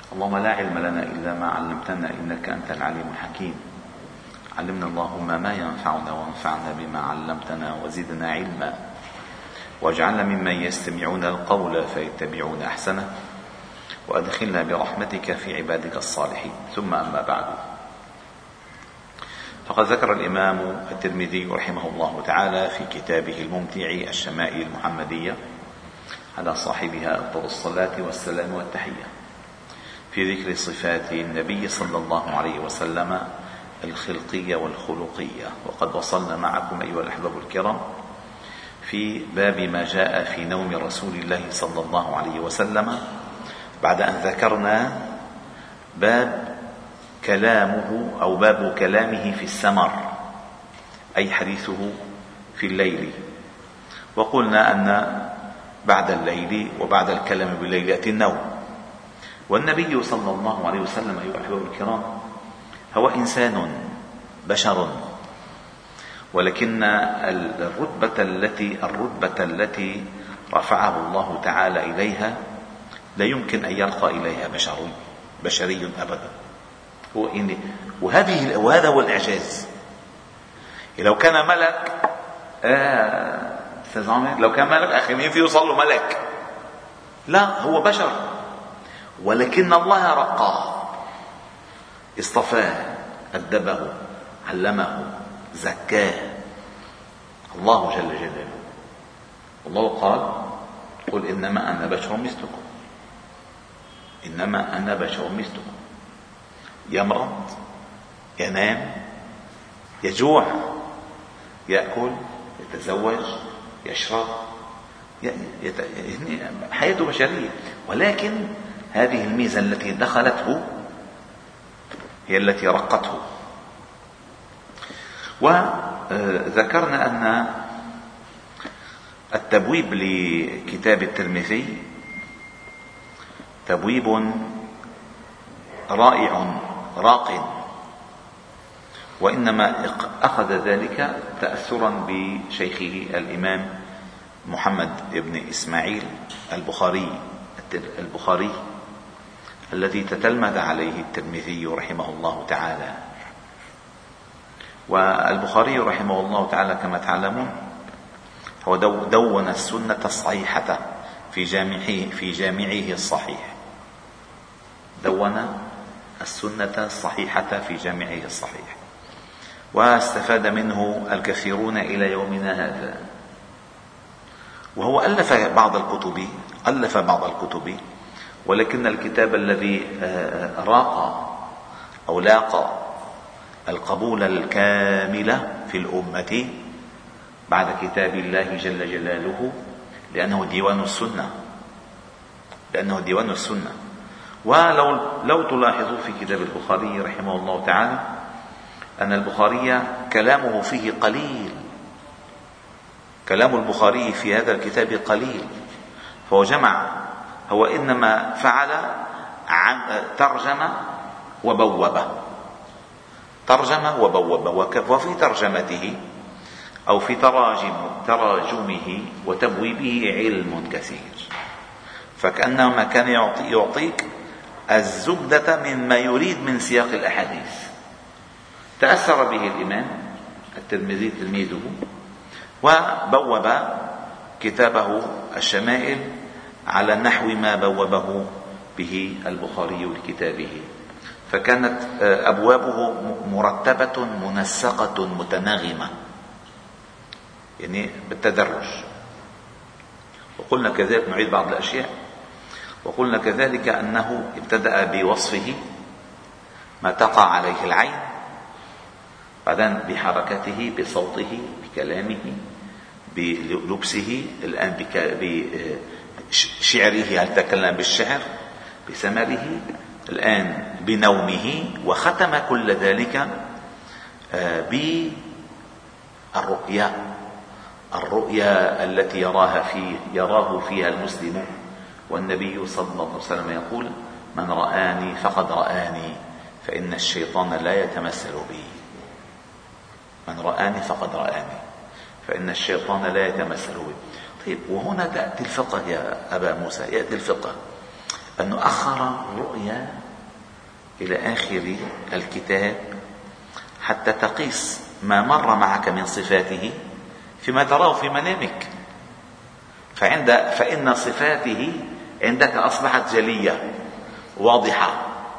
اللهم لا علم لنا إلا ما علمتنا إنك أنت العليم الحكيم. علمنا اللهم ما ينفعنا وانفعنا بما علمتنا وزدنا علما، واجعلنا ممن يستمعون القول فيتبعون أحسنه، وأدخلنا برحمتك في عبادك الصالحين. ثم أما بعد، فقد ذكر الإمام الترمذي رحمه الله تعالى في كتابه الممتع الشمائل المحمدية على صاحبها أفضل الصلاة والسلام والتحية في ذكر صفات النبي صلى الله عليه وسلم الخلقية والخلقية. وقد وصلنا معكم أيها الأحباب الكرام في باب ما جاء في نوم رسول الله صلى الله عليه وسلم، بعد أن ذكرنا باب كلامه أو باب كلامه في السمر، أي حديثه في الليل. وقلنا أن بعد الليل وبعد الكلام بالليل يأتي النوم. والنبي صلى الله عليه وسلم أيها الأحباب الكرام هو إنسان بشر، ولكن الرتبة التي رفعه الله تعالى إليها لا يمكن أن يرقى إليها بشري أبدا. وهذا هو الإعجاز. لو كان ملك لو كان ملك أخي مين في يوصل له ملك؟ لا، هو بشر، ولكن الله رقاه، اصطفاه، أدبه، علمه، زكاه، الله جل جلاله. الله قال: قل إنما أنا بشر مثلكم، إنما أنا بشر مثلكم، يمرض، ينام، يجوع، يأكل، يتزوج، يشرب، حياته بشرية. ولكن هذه الميزة التي دخلته هي التي رقته. وذكرنا أن التبويب لكتاب الترمذي تبويب رائع راق، وإنما أخذ ذلك تأثرا بشيخه الإمام محمد بن إسماعيل البخاري الذي تتلمذ عليه الترمذي رحمه الله تعالى. والبخاري رحمه الله تعالى كما تعلمون هو دون السنة الصحيحة في جامعه الصحيح، دون السنة الصحيحة في جامعه الصحيح، واستفاد منه الكثيرون إلى يومنا هذا. وهو ألف بعض الكتب، ولكن الكتاب الذي لاقى القبول الكامل في الأمة بعد كتاب الله جل جلاله لأنه ديوان السنة. ولو تلاحظوا في كتاب البخاري رحمه الله تعالى أن البخاري كلامه فيه قليل، كلام البخاري في هذا الكتاب قليل، هو إنما فعل ترجم وبوب، وفي ترجمته أو في تراجمه وتبويبه علم كثير، فكأنما كان يعطيك الزبدة مما يريد من سياق الأحاديث. تأثر به الإمام الترمذي تلميذه، وبوب كتابه الشمائل على نحو ما بوبه به البخاري لكتابه، فكانت أبوابه مرتبة منسقة متناغمة، يعني بالتدرج. وقلنا كذلك، نعيد بعض الأشياء، وقلنا كذلك أنه ابتدأ بوصفه ما تقع عليه العين، بعدين بحركته، بصوته، بكلامه، بلبسه، الآن بشعره، هل تكلم بالشعر، بسمره، الآن بنومه، وختم كل ذلك الرؤيا التي يراه فيها المسلم. والنبي صلى الله عليه وسلم يقول: من رآني فقد رآني، فإن الشيطان لا يتمثل بي. من رآني فقد رآني، فإن الشيطان لا يتمثل بي. طيب، وهنا تأتي الفقه يا أبا موسى، يأتي الفقه. أنه أخر الرؤيا إلى آخر الكتاب حتى تقيس ما مر معك من صفاته فيما تراه في منامك، فإن صفاته عندك أصبحت جلية واضحة،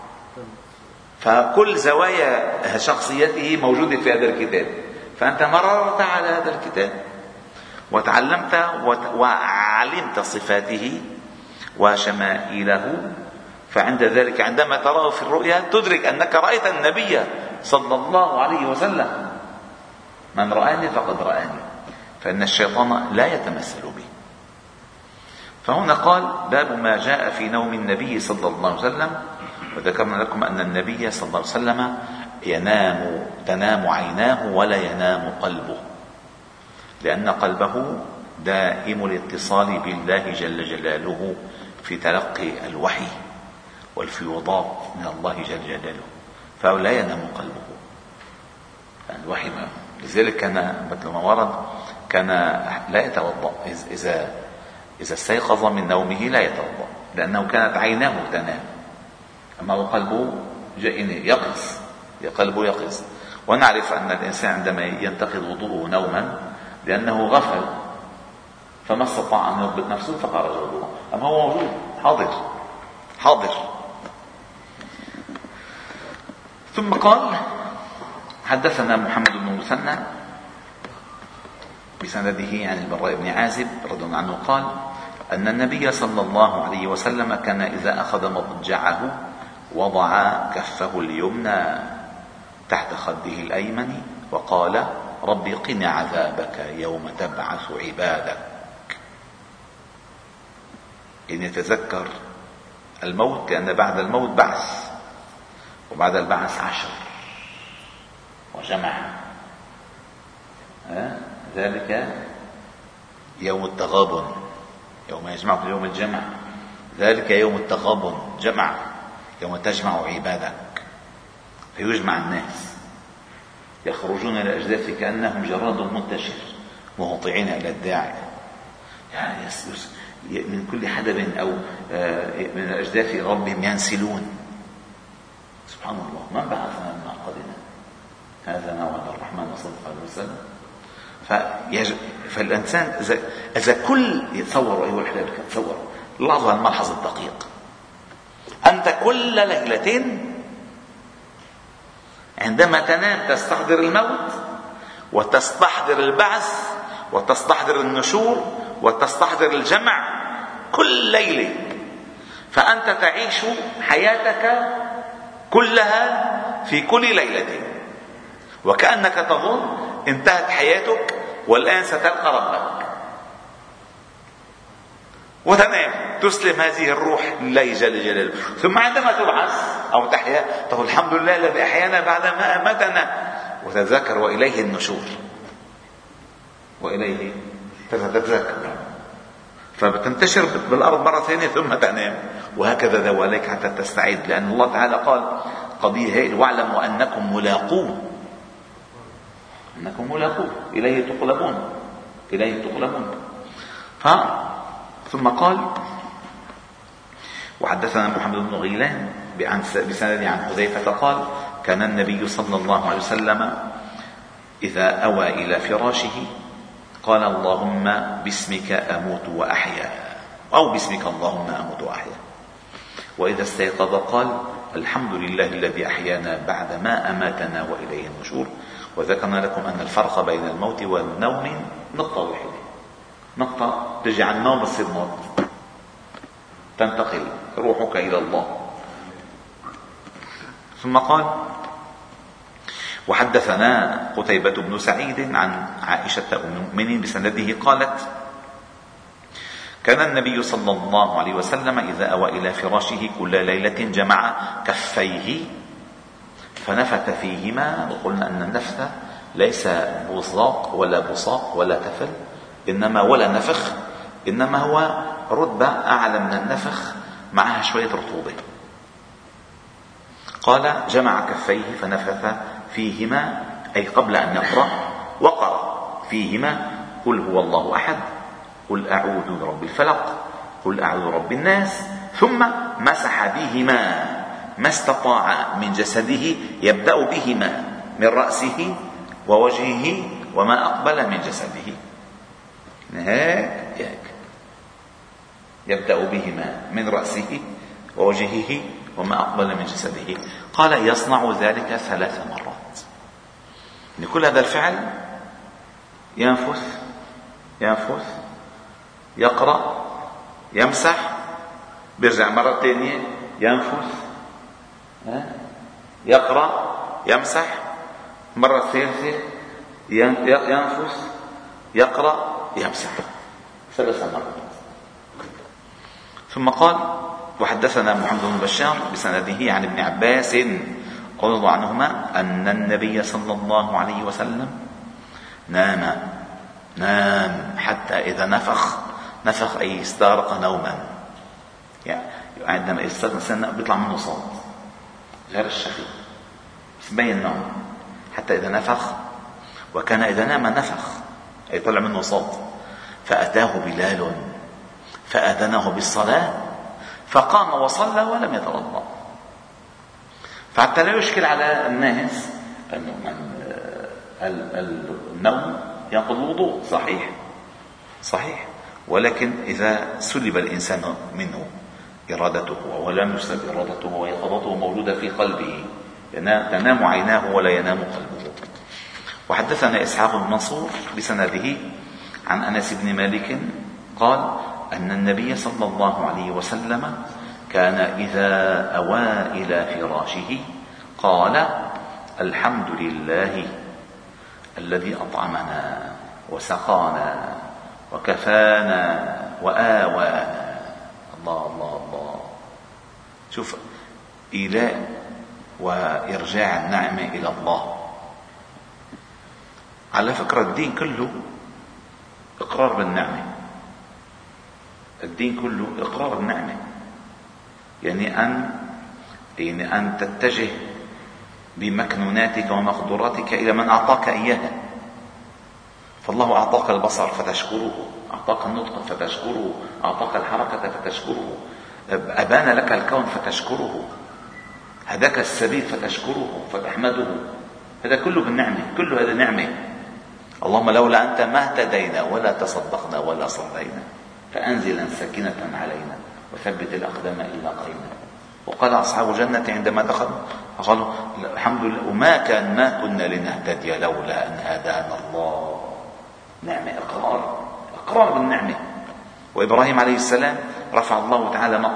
فكل زوايا شخصيته موجودة في هذا الكتاب، فأنت مررت على هذا الكتاب وتعلمت وعلمت صفاته وشمائله، فعند ذلك عندما تراه في الرؤيا تدرك أنك رأيت النبي صلى الله عليه وسلم. من رآني فقد رآني، فإن الشيطان لا يتمثل به. فهنا قال باب ما جاء في نوم النبي صلى الله عليه وسلم. وذكرنا لكم أن النبي صلى الله عليه وسلم تنام عيناه ولا ينام قلبه، لأن قلبه دائم الاتصال بالله جل جلاله في تلقي الوحي والفيوضات من الله جل جلاله، فهو لا ينام قلبه الوحي. لذلك كان مثل ما ورد كان لا يتوضأ إذا استيقظ من نومه، لا يتوضأ لأنه كانت عيناه تنام، أما قلبه يقظ، قلبه يقظ. ونعرف أن الإنسان عندما ينتقض وضوءه نوما لأنه غفل فما استطاع أن يضبط نفسه فخرج وضوءه، أما هو موجود حاضر. ثم قال حدثنا محمد بن المثنى بسنده عن البراء بن عازب رضي الله عنه قال أن النبي صلى الله عليه وسلم كان إذا أخذ مضجعه وضع كفه اليمنى تحت خده الأيمن وقال رب قنا عذابك يوم تبعث عبادك. إن يتذكر الموت، لأن بعد الموت بعث، وبعد البعث عشر وجمع، ذلك يوم التغابن، يوم يجمعكم يوم الجمع، ذلك يوم التغابن جمع، يوم تجمع عبادك، فيجمع الناس يخرجون إلى الأجداث كأنهم جراد منتشر مهطعين إلى الداعي، يعني من كل حدب أو من الأجداث ربهم ينسلون. سبحان الله، من بعثنا من معقدنا هذا ما وعد الرحمن صلى الله عليه وسلم. فالإنسان إذا كل يتصوروا أيها الأحباب، تصوروا لاحظوا الملحظ الدقيق، أنت كل ليلة عندما تنام تستحضر الموت وتستحضر البعث وتستحضر النشور وتستحضر الجمع كل ليلة، فأنت تعيش حياتك كلها في كل ليلة، وكأنك تظن انتهت حياتك والآن ستلقى ربك، وتنام تسلم هذه الروح لله جل جلاله. ثم عندما تبعث أو تحيا تقول الحمد لله الذي أحيانا بعد ما أماتنا، وتذكر وإليه النشور، وإليه تتذكر، فبتنتشر بالأرض مرة ثانية ثم تنام، وهكذا دواليك حتى تستعد، لأن الله تعالى قال قضية هائل واعلموا أنكم ملاقوه، أنكم ملاقوه إليه تقلبون. ثم قال وحدثنا محمد بن غيلان بسند عن حذيفة قال كان النبي صلى الله عليه وسلم إذا أوى إلى فراشه قال اللهم باسمك أموت وأحيا، أو باسمك اللهم أموت وأحيا. وإذا استيقظ قال الحمد لله الذي أحيانا بعد ما أماتنا وإليه النشور. وذكرنا لكم أن الفرق بين الموت والنوم نقطة واحدة، نقطة تجي النوم تصير موت، تنتقل روحك إلى الله. ثم قال وحدثنا قتيبة بن سعيد عن عائشة أم المؤمنين بسنده قالت كان النبي صلى الله عليه وسلم إذا أوى إلى فراشه كل ليلة جمع كفيه فنفث فيهما. وقلنا أن النفث ليس بصاق ولا بصاق ولا تفل ولا نفخ، إنما هو رتبة أعلى من النفخ معها شوية رطوبة. قال جمع كفيه فنفث فيهما، أي قبل أن يقرأ، وقرأ فيهما قل هو الله أحد، قل أعوذ برب الفلق، قل أعوذ برب الناس، ثم مسح بهما ما استطاع من جسده، يبدأ بهما من رأسه ووجهه وما أقبل من جسده. هيك يبدأ بهما من رأسه ووجهه وما أقبل من جسده. قال يصنع ذلك 3 مرات. يعني كل هذا الفعل ينفث يقرأ يمسح، بيرجع مرة ثانية ينفث يقرأ يمسح، مرة ثالثة ينفث يقرأ يمسح 3 مرات. ثم قال وحدثنا محمد بن بشار بسنده عن ابن عباس رضي الله عنهما أن النبي صلى الله عليه وسلم نام حتى إذا نفخ أي استغرق نوما، يعني عندما يستغرق بيطلع منه صوت غير الشخي بين النوم، حتى إذا نفخ، وكان إذا نام نفخ أي طلع منه صوت. فأتاه بلال فأذنه بالصلاة فقام وصلى ولم يتوضأ. فحتى لا يشكل على الناس أنه النوم ينقض الوضوء، صحيح، ولكن إذا سلب الإنسان منه إرادته ولم يسلب إرادته ويقظته موجودة في قلبه تنام عيناه ولا ينام قلبه. وحدثنا إسحاق بن منصور بسنده عن أنس بن مالك قال أن النبي صلى الله عليه وسلم كان إذا أوى إلى فراشه قال الحمد لله الذي أطعمنا وسقانا وكفانا وآوانا. الله شوف إيلاء وإرجاع النعمة إلى الله. على فكرة الدين كله إقرار بالنعمة، الدين كله إقرار النعمة، يعني أن تتجه بمكنوناتك ومقدوراتك إلى من أعطاك إياها. فالله أعطاك البصر فتشكره، أعطاك النطق فتشكره، أعطاك الحركة فتشكره، أبان لك الكون فتشكره، هداك السبيل فتشكره فتحمده. هذا كله بالنعمة، كله هذا نعمة. اللهم لولا أنت ما اهتدينا ولا تصدقنا ولا صلينا فأنزلا سكينة علينا وثبت الأقدام إلا قينا. وقال أصحاب الجنة عندما دخلوا قالوا الحمد لله وما كنا لنهتدي لولا أن هدانا الله. نعمة، إقرار بالنعمة. وإبراهيم عليه السلام رفع الله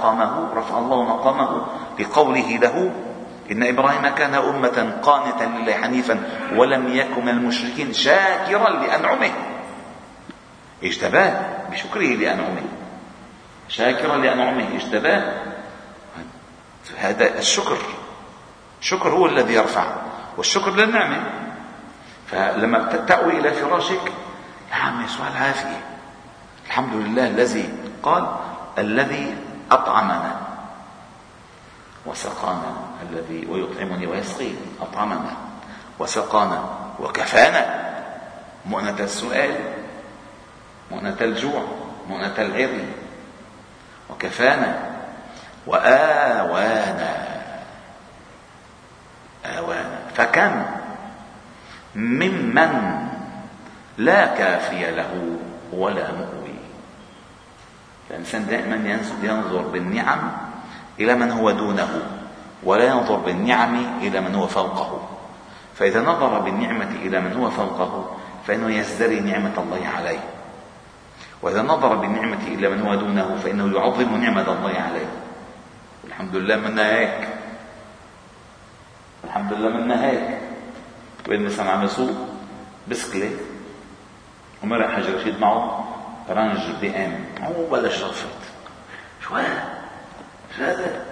مقامه بقوله له إن إبراهيم كان أمة قانتا لله حنيفا ولم يكن من المشركين شاكرا لأنعمه. اجتباه بشكره لأنعمه، شاكرا لأنعمه اجتباه. هذا الشكر هو الذي يرفع، والشكر للنعمة. فلما تأوي إلى فراشك يا عمي سؤال العافية، الحمد لله الذي قال الذي أطعمنا وسقانا، الذي ويطعمني ويسقيني، أطعمنا وسقانا وكفانا. مؤنة السؤال، مؤنة الجوع، مؤنة العري، وكفانا وآوانا. فكم ممن لا كافي له ولا مؤوي. الإنسان دائما ينظر بالنعم إلى من هو دونه ولا ينظر بالنعم إلى من هو فوقه. فإذا نظر بالنعمة إلى من هو فوقه فإنه يزدري نعمة الله عليه، وإذا نظر بالنعمة إلى من هو دونه فإنه يعظم نعمة الله عليه. الحمد لله منا هيك، الحمد لله منا هيك. وين مثلا عم يسوق بسكليت ومرق حج رشيد معه فرنج بي ام هو بلش يغفط، شو هذا؟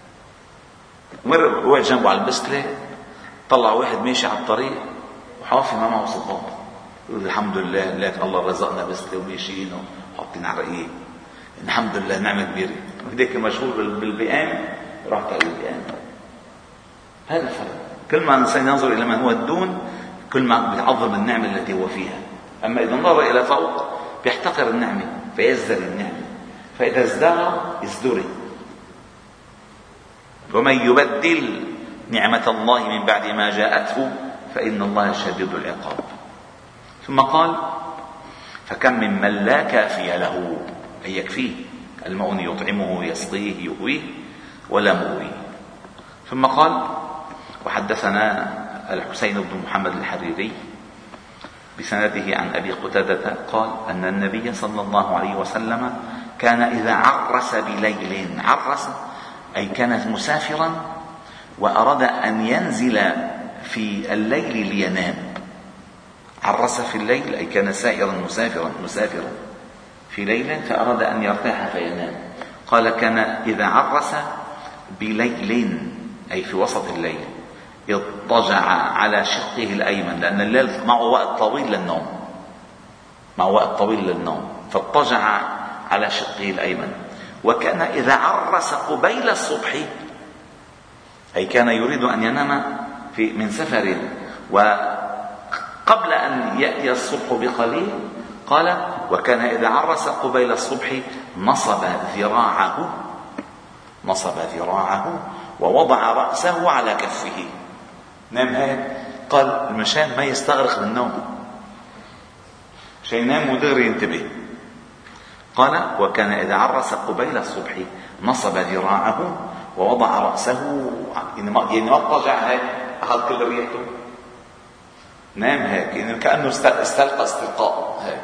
مرق واحد جنبه على البسكليت، طلع واحد ماشي على الطريق وحافي ما معه صباط، يقول الحمد لله لك الله رزقنا بسكليت وماشيين وحاطين على رقيق، الحمد لله نعمة كبيرة. وهديك مشغول بالبي ام راح تلاقي البي ام. هذا الفرق. كل ما الإنسان ينظر إلى من هو الدون كل ما بيعظم النعمة التي هو فيها. أما إذا نظر إلى فوق بيحتقر النعمة فيزدري النعمة، فإذا ازدرى ازدري. ومن يبدل نعمة الله من بعد ما جاءته فإن الله شديد العقاب. ثم قال: فكم ممن لا كافي له، أي يكفيه المؤن يطعمه يسقيه يؤويه ولا مؤويه. ثم قال: وحدثنا الحسين بن محمد الحريري بسنده عن أبي قتادة قال: أن النبي صلى الله عليه وسلم كان إذا عرس بليل، عرس أي كان مسافرا وأراد أن ينزل في الليل لينام. عرس في الليل أي كان سائرا مسافرا في ليل فأراد أن يرتاح فينام. قال: كان إذا عرس بليل أي في وسط الليل اضطجع على شقه الأيمن، لأن الليل معه وقت طويل للنوم، فاضطجع على شقه الأيمن. وكان إذا عرس قبيل الصبح أي كان يريد أن ينام من سفر وقبل أن يأتي الصبح بقليل، قال: وكان إذا عرس قبيل الصبح نصب ذراعه ووضع رأسه على كفه. نام هيك، قال المشان ما يستغرق بالنوم، عشان ينام ودغري ينتبه. قال: وكان إذا عرس قبيل الصبح نصب ذراعه ووضع رأسه، يعني اضطجع هيك، أخذ كل ريحته، نام هيك، يعني كأنه استلقى استلقاء هيك،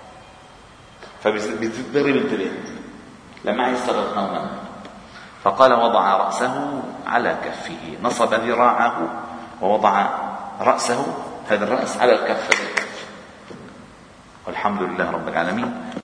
فبيضطر ينتبه لما يستغرق نوما. فقال: وضع رأسه على كفه، نصب ذراعه ووضع رأسه، هذا الرأس على الكف. والحمد لله رب العالمين.